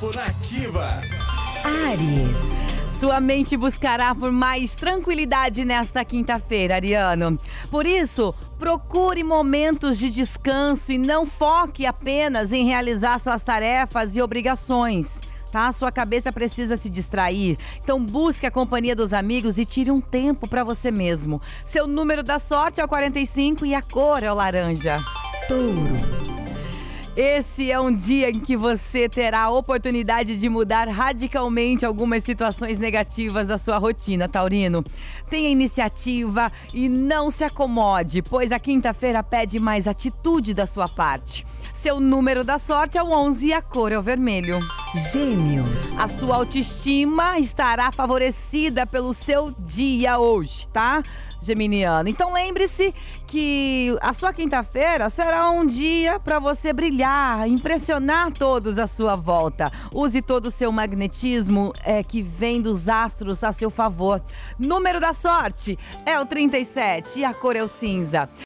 Horóscopo Nativa. Áries, sua mente buscará por mais tranquilidade nesta quinta-feira, Ariano. Por isso, procure momentos de descanso e não foque apenas em realizar suas tarefas e obrigações. Tá? Sua cabeça precisa se distrair, então busque a companhia dos amigos e tire um tempo para você mesmo. Seu número da sorte é o 45 e a cor é o laranja. Touro. Esse é um dia em que você terá a oportunidade de mudar radicalmente algumas situações negativas da sua rotina, taurino. Tenha iniciativa e não se acomode, pois a quinta-feira pede mais atitude da sua parte. Seu número da sorte é o 11 e a cor é o vermelho. Gêmeos. A sua autoestima estará favorecida pelo seu dia hoje, tá, geminiano? Então lembre-se que a sua quinta-feira será um dia para você brilhar, impressionar todos à sua volta. Use todo o seu magnetismo que vem dos astros a seu favor. Número da sorte é o 37 e a cor é o cinza.